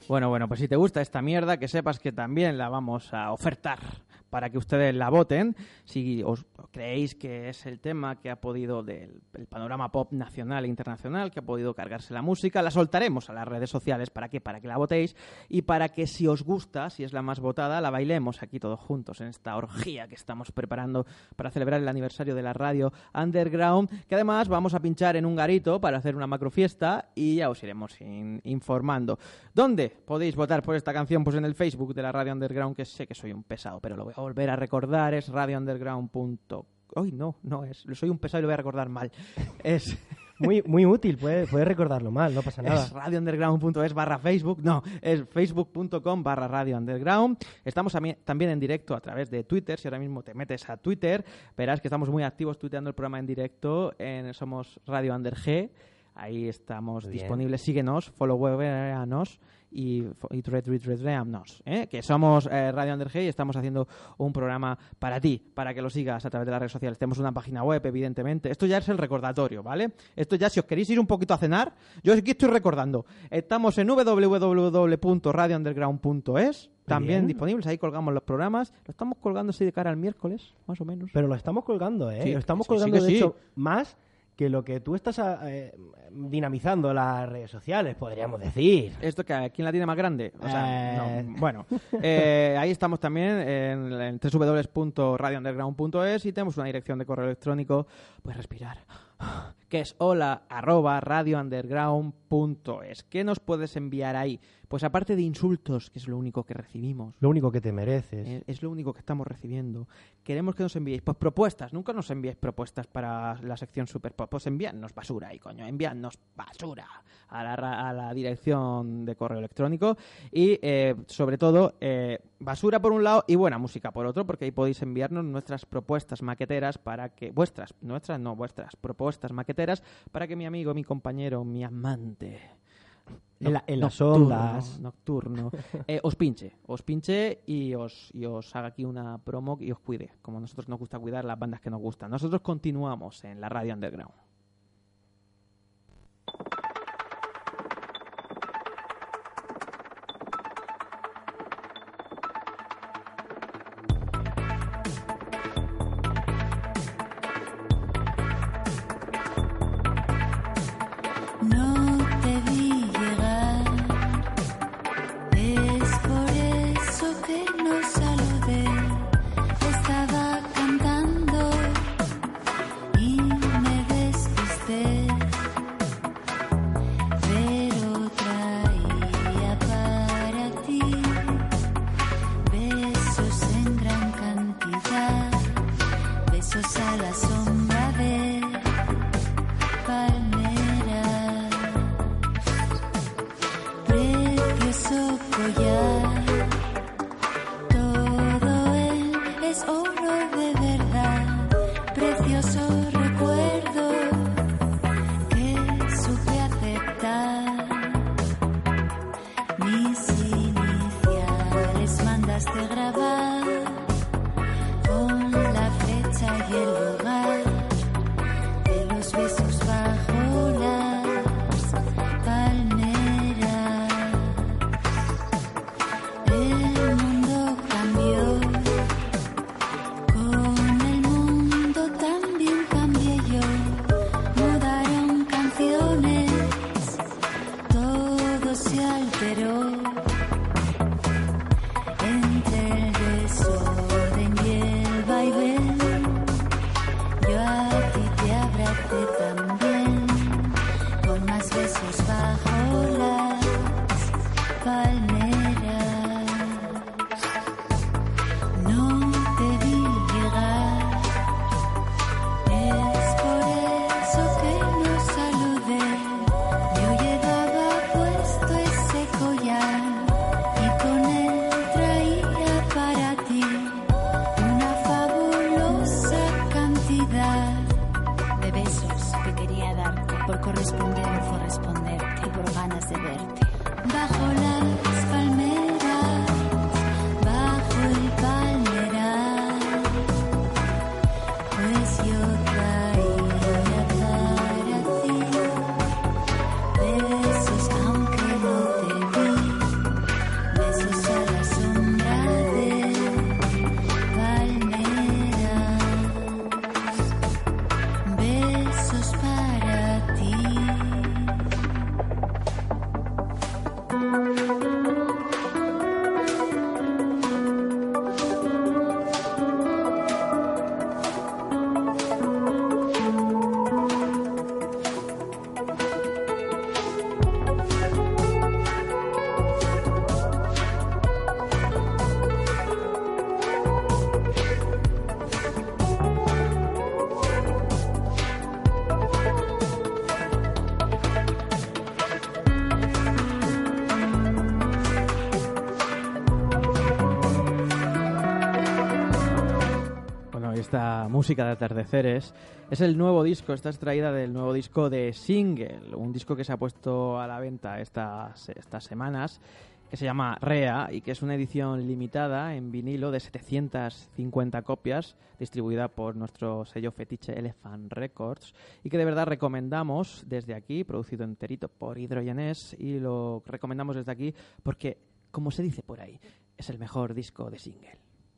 Bueno, pues si te gusta esta mierda, que sepas que también la vamos a ofertar para que ustedes la voten. Si os creéis que es el tema que ha podido del panorama pop nacional e internacional, que ha podido cargarse la música, la soltaremos a las redes sociales. ¿Para qué? Para que la votéis y para que, si os gusta, si es la más votada, la bailemos aquí todos juntos en esta orgía que estamos preparando para celebrar el aniversario de la radio Underground, que además vamos a pinchar en un garito para hacer una macrofiesta y ya os iremos informando. ¿Dónde podéis votar por esta canción? Pues en el Facebook de la Radio Underground, que sé que soy un pesado, pero lo voy a volver a recordar, es radiounderground.com. Hoy no es, soy un pesado y lo voy a recordar mal. Es muy útil, puedes recordarlo mal, no pasa nada. Es radiounderground.es/Facebook, no, es facebook.com/radiounderground. Estamos también en directo a través de Twitter. Si ahora mismo te metes a Twitter, verás que estamos muy activos tuiteando el programa en directo. Somos Radio Under G. Ahí estamos disponibles. Síguenos, followeanos y retweetreanos, que somos Radio Under G y estamos haciendo un programa para ti, para que lo sigas a través de las redes sociales. Tenemos una página web, evidentemente. Esto ya es el recordatorio, ¿vale? Esto ya, si os queréis ir un poquito a cenar, yo aquí estoy recordando. Estamos en www.radiounderground.es. También disponibles, ahí colgamos los programas. Lo estamos colgando así de cara al miércoles, más o menos. Pero lo estamos colgando, Sí, lo estamos sí, colgando, sí que de hecho, sí. más que lo que tú estás dinamizando las redes sociales, podríamos decir. ¿Esto que quién la tiene más grande? O sea, no, bueno. Ahí estamos también en www.radiounderground.es y tenemos una dirección de correo electrónico. Puedes respirar. Que es hola@radiounderground.es. ¿Qué nos puedes enviar ahí? Pues aparte de insultos, que es lo único que recibimos. Lo único que te mereces. Es lo único que estamos recibiendo. Queremos que nos enviéis pues propuestas. Nunca nos enviéis propuestas para la sección Super Pop. Pues enviadnos basura ahí, coño. Enviadnos basura a la dirección de correo electrónico. Y sobre todo, basura por un lado y buena música por otro, porque ahí podéis enviarnos nuestras propuestas maqueteras para que... Vuestras propuestas maqueteras para que mi amigo, mi compañero, mi amante... En las ondas nocturno os pinche y os haga aquí una promo y os cuide, como nosotros nos gusta cuidar las bandas que nos gustan. Nosotros continuamos en la Radio Underground. No te vi llegar, es por eso que no saludé. Estaba cantando y me despisté, pero traía para ti besos en gran cantidad, besos a la sombra de palmeras, precioso collar, todo él es oro de verdad, precioso recuerdo que supe aceptar. Mis iniciales mandaste grabar con la fecha y el lugar de los besos bajo las palmeras. El mundo cambió, con el mundo también cambié yo. Mudaron canciones, todo se alteró. Entre el desorden y el vaivén, yo a ti te abracé también, con más besos bajo las palmeras. No te vi llegar, es por eso que no saludé. Yo llevaba puesto ese collar y con él traía para ti una fabulosa cantidad de besos que quería darte por corresponder o corresponderte y por ganas de verte. Bajo las palmeras, bajo el palmeral, pues yo traía para ti besos aunque no te vi, Bueno, y esta música de atardeceres es el nuevo disco, está extraída del nuevo disco de Single, un disco que se ha puesto a la venta estas semanas, que se llama Rea y que es una edición limitada en vinilo de 750 copias, distribuida por nuestro sello fetiche Elephant Records, y que de verdad recomendamos desde aquí, producido enterito por Hydrogenes, y lo recomendamos desde aquí porque, como se dice por ahí, es el mejor disco de Single.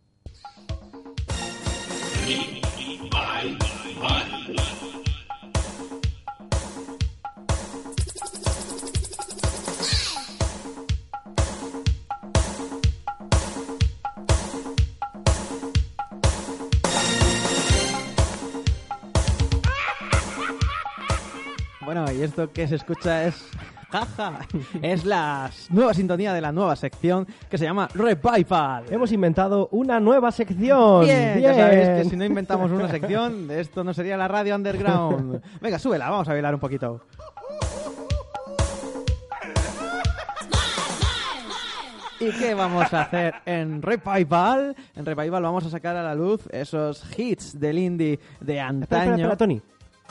Bueno, y esto que se escucha es... ¡Jaja! Es la nueva sintonía de la nueva sección que se llama Revival. Hemos inventado una nueva sección. Bien, ya sabéis que si no inventamos una sección, esto no sería la radio underground. Venga, súbela, vamos a bailar un poquito. ¿Y qué vamos a hacer en Revival? En Revival vamos a sacar a la luz esos hits del indie de antaño. Espera, Tony.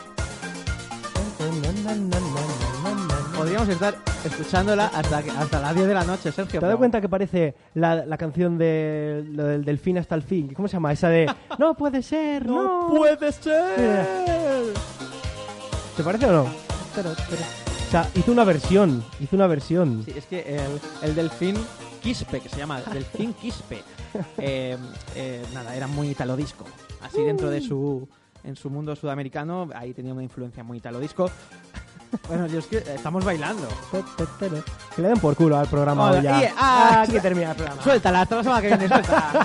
Podríamos estar escuchándola hasta las 10 de la noche, Sergio. ¿Te das cuenta que parece la canción del fin hasta el fin? ¿Cómo se llama? Esa de... ¡No puede ser! ¡No puede ser! ¿Te parece o no? Pero. O sea, hizo una versión. Sí, es que el delfín Quispe, que se llama Delfín Quispe, nada, era muy italodisco. Así dentro de en su mundo sudamericano, ahí tenía una influencia muy italodisco. Bueno, yo es que estamos bailando. Que le den por culo al programa hoy ya. Aquí termina el programa. Suéltala, hasta la semana que viene, suéltala.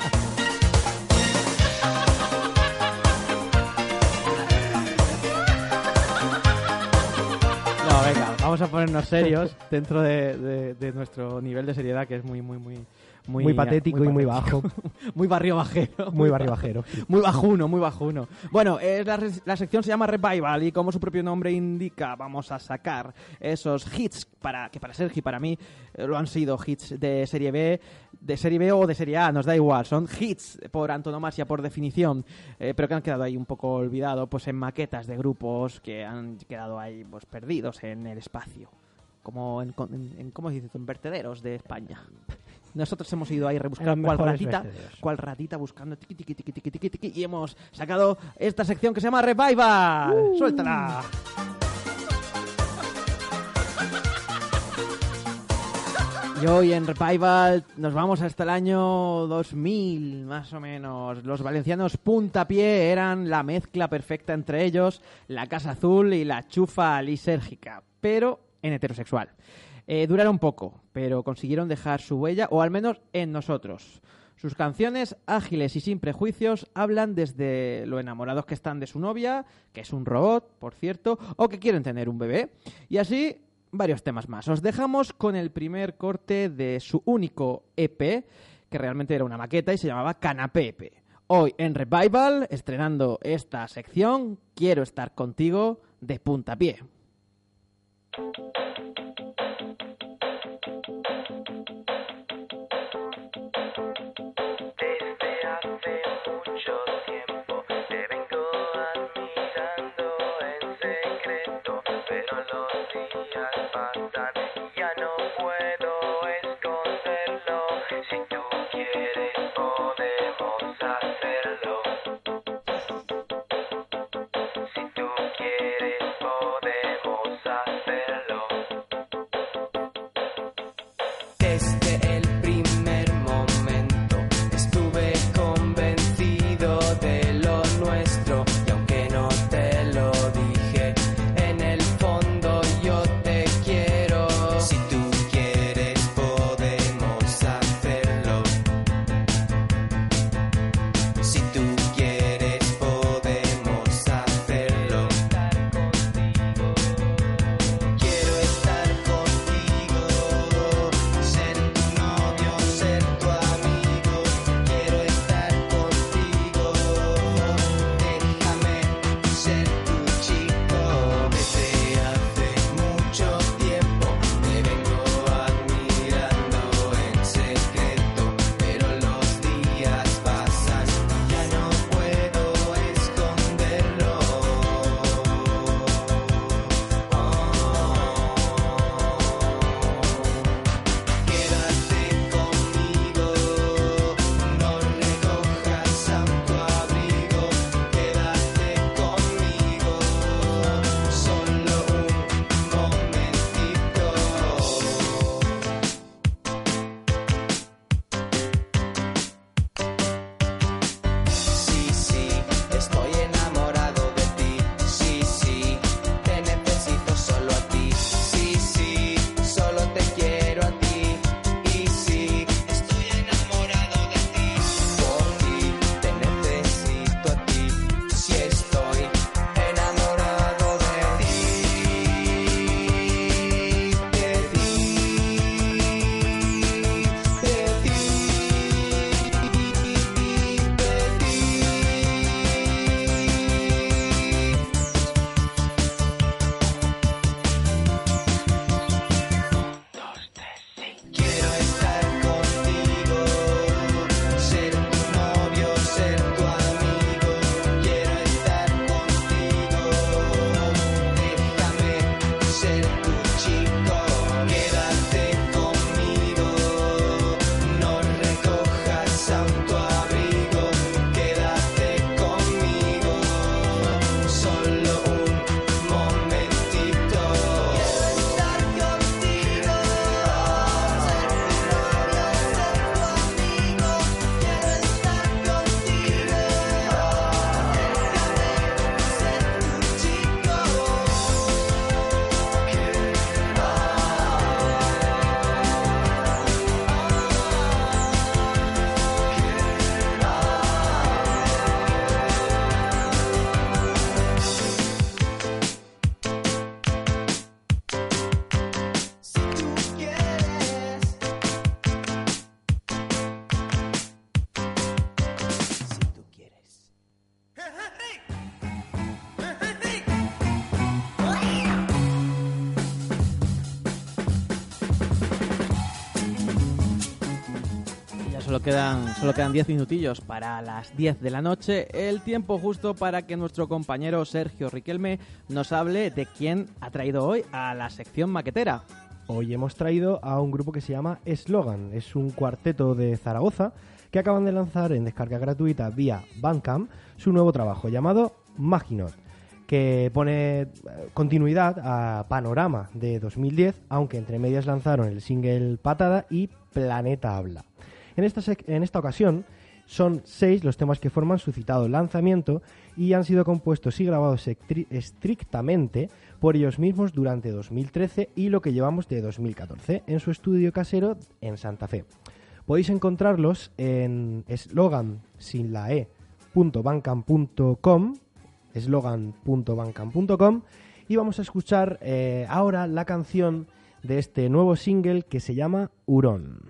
No, venga, vamos a ponernos serios dentro de nuestro nivel de seriedad, que es muy patético y muy bajo. Muy barrio bajero. Muy barrio bajero. Muy bajuno. Bueno, la sección se llama Revival y como su propio nombre indica, vamos a sacar esos hits que para Sergio y para mí lo han sido hits de serie B o de serie A, nos da igual. Son hits por antonomasia, por definición, pero que han quedado ahí un poco olvidados, pues en maquetas de grupos que han quedado ahí pues perdidos en el espacio. Como en ¿cómo se dice? En vertederos de España. Nosotros hemos ido ahí a rebuscar cuál ratita buscando tiqui, y hemos sacado esta sección que se llama Revival. ¡Suéltala! Y hoy en Revival nos vamos hasta el año 2000, más o menos. Los valencianos Puntapié eran la mezcla perfecta entre ellos, la Casa Azul y la chufa lisérgica, pero en heterosexual. Duraron poco, pero consiguieron dejar su huella, o al menos en nosotros. Sus canciones, ágiles y sin prejuicios, hablan desde lo enamorados que están de su novia, que es un robot, por cierto, o que quieren tener un bebé, y así varios temas más. Os dejamos con el primer corte de su único EP, que realmente era una maqueta y se llamaba Canapé EP. Hoy en Revival, estrenando esta sección, Quiero estar contigo, de Puntapié. solo quedan 10 minutillos para las 10 de la noche, el tiempo justo para que nuestro compañero Sergio Riquelme nos hable de quién ha traído hoy a la sección maquetera. Hoy hemos traído a un grupo que se llama Slogan. Es un cuarteto de Zaragoza que acaban de lanzar en descarga gratuita vía Bandcamp su nuevo trabajo llamado Maginot, que pone continuidad a Panorama de 2010, aunque entre medias lanzaron el single Patada y Planeta Habla. En esta ocasión son 6 los temas que forman su citado lanzamiento y han sido compuestos y grabados estrictamente por ellos mismos durante 2013 y lo que llevamos de 2014 en su estudio casero en Santa Fe. Podéis encontrarlos en slogan.bandcamp.com y vamos a escuchar ahora la canción de este nuevo single que se llama Hurón.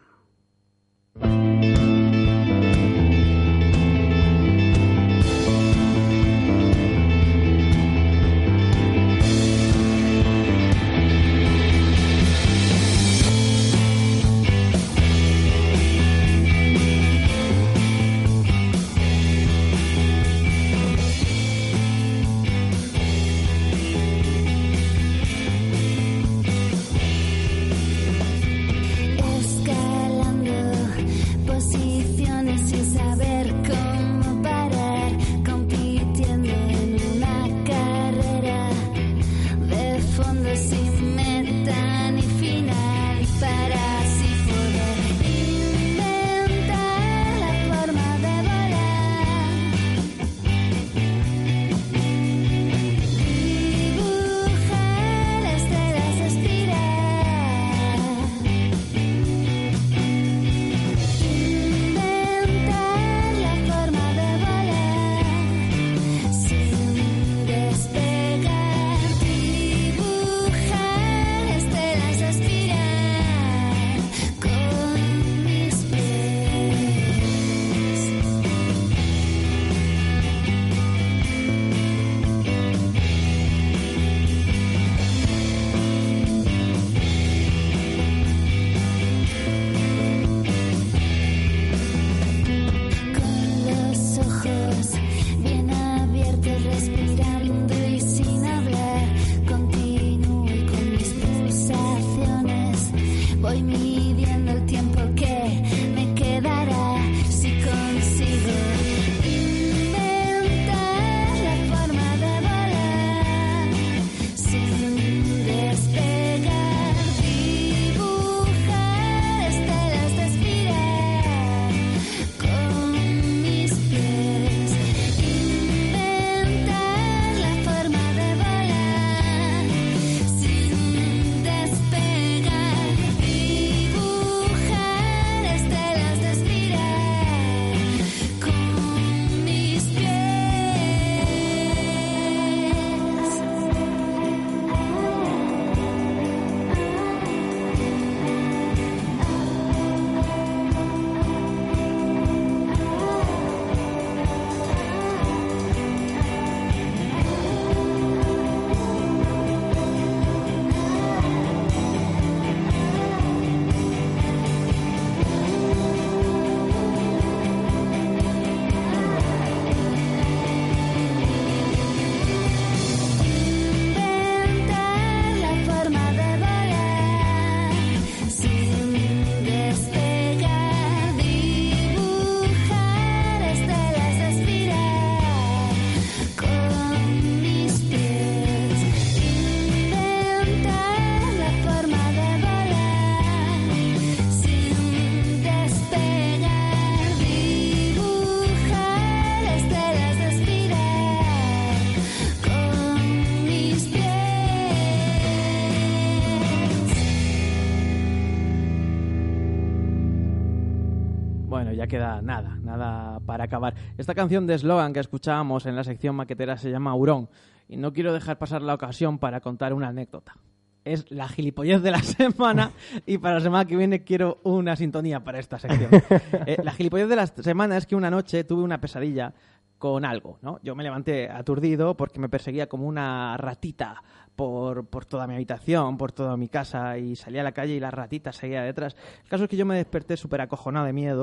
Ya queda nada para acabar. Esta canción de Slogan que escuchábamos en la sección maquetera se llama Hurón y no quiero dejar pasar la ocasión para contar una anécdota. Es la gilipollez de la semana y para la semana que viene quiero una sintonía para esta sección. La gilipollez de la semana es que una noche tuve una pesadilla con algo, ¿no? Yo me levanté aturdido porque me perseguía como una ratita por toda mi habitación, por toda mi casa y salí a la calle y la ratita seguía detrás. El caso es que yo me desperté súper acojonado de miedo.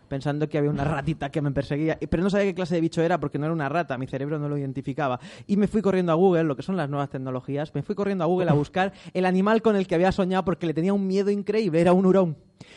pensando que había una ratita que me perseguía, pero no sabía qué clase de bicho era porque no era una rata, mi cerebro no lo identificaba. Y me fui corriendo a Google, lo que son las nuevas tecnologías, me fui corriendo a Google a buscar el animal con el que había soñado porque le tenía un miedo increíble, era un hurón.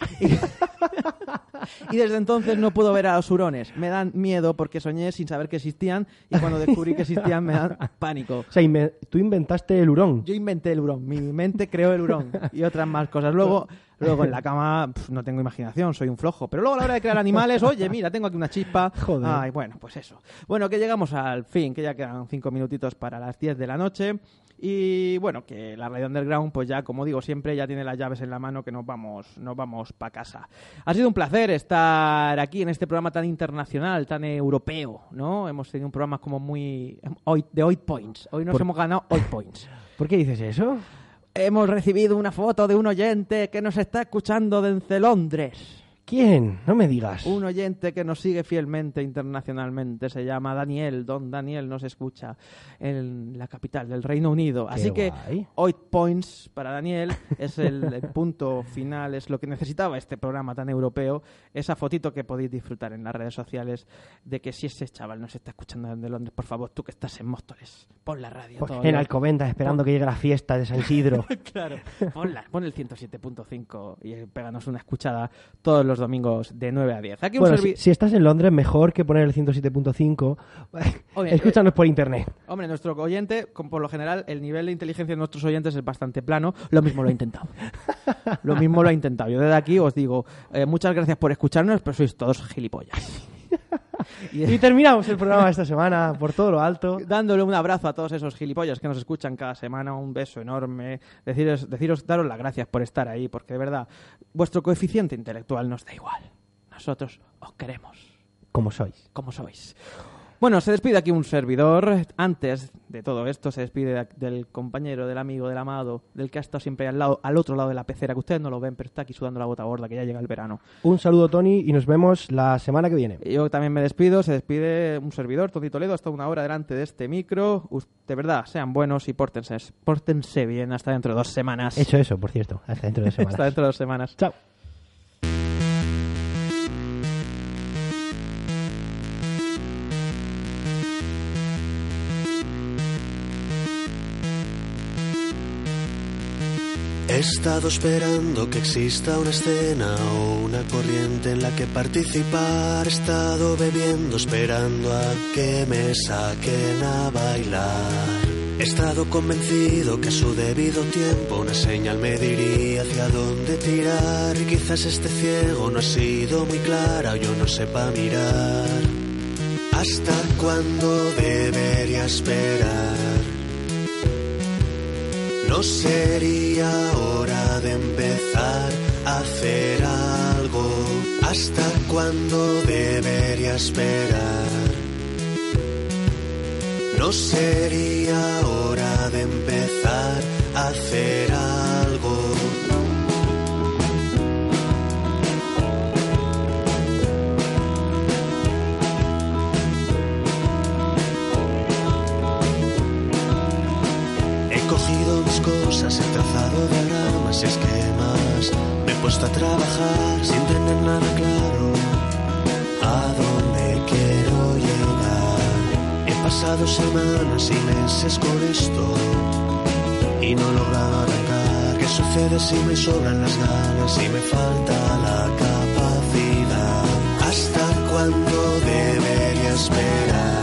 Y desde entonces no puedo ver a los hurones. Me dan miedo porque soñé sin saber que existían y cuando descubrí que existían me dan pánico. O sea, tú inventaste el hurón. Yo inventé el hurón. Mi mente creó el hurón y otras más cosas. Luego en la cama no tengo imaginación, soy un flojo. Pero luego a la hora de crear animales, oye, mira, tengo aquí una chispa. Joder. Ay, bueno, pues eso. Bueno, que llegamos al fin, que ya quedan 5 minutitos para las 10 de la noche. Y bueno, que la Radio Underground, pues ya, como digo siempre, ya tiene las llaves en la mano, que nos vamos para casa. Ha sido un placer estar aquí en este programa tan internacional, tan europeo, ¿no? Hemos tenido un programa como muy de 8 points. Hoy nos hemos ganado 8 points. ¿Por qué dices eso? Hemos recibido una foto de un oyente que nos está escuchando desde Londres. ¿Quién? No me digas. Un oyente que nos sigue fielmente internacionalmente. Se llama Daniel. Don Daniel nos escucha en la capital del Reino Unido. Así que 8 points para Daniel. Es el punto final. Es lo que necesitaba este programa tan europeo. Esa fotito que podéis disfrutar en las redes sociales de que si ese chaval nos está escuchando desde Londres, por favor, tú que estás en Móstoles, pon la radio. En Alcobendas, esperando que llegue la fiesta de San Isidro. Claro. Pon el 107.5 y péganos una escuchada todos los domingos de 9 a 10. Aquí bueno, si estás en Londres, mejor que poner el 107.5. Escúchanos por internet. Hombre, nuestro oyente, por lo general, el nivel de inteligencia de nuestros oyentes es bastante plano. Lo mismo lo ha intentado. Yo desde aquí os digo, muchas gracias por escucharnos, pero sois todos gilipollas. Y terminamos el programa esta semana por todo lo alto, dándole un abrazo a todos esos gilipollas que nos escuchan cada semana, un beso enorme, daros las gracias por estar ahí, porque de verdad vuestro coeficiente intelectual nos da igual, nosotros os queremos como sois. Bueno, se despide aquí un servidor. Antes de todo esto se despide del compañero, del amigo, del amado, del que ha estado siempre al otro lado de la pecera, que ustedes no lo ven, pero está aquí sudando la gota gorda, que ya llega el verano. Un saludo, Tony, y nos vemos la semana que viene. Yo también me despido, se despide un servidor, Tony Toledo, hasta una hora delante de este micro. De verdad, sean buenos y pórtense bien hasta dentro de 2 semanas. Hecho eso, por cierto, hasta dentro de 2 semanas. Hasta dentro de 2 semanas. Chao. He estado esperando que exista una escena o una corriente en la que participar. He estado bebiendo esperando a que me saquen a bailar. He estado convencido que a su debido tiempo una señal me diría hacia dónde tirar. Y quizás este ciego no ha sido muy clara o yo no sepa mirar. ¿Hasta cuándo debería esperar? ¿No sería hora de empezar a hacer algo? ¿Hasta cuándo debería esperar? ¿No sería hora de empezar a hacer algo? Cosas, he trazado diagramas y esquemas, me he puesto a trabajar sin tener nada claro a dónde quiero llegar. He pasado semanas y meses con esto y no he logrado arrancar. ¿Qué sucede si me sobran las ganas y me falta la capacidad? ¿Hasta cuándo debería esperar?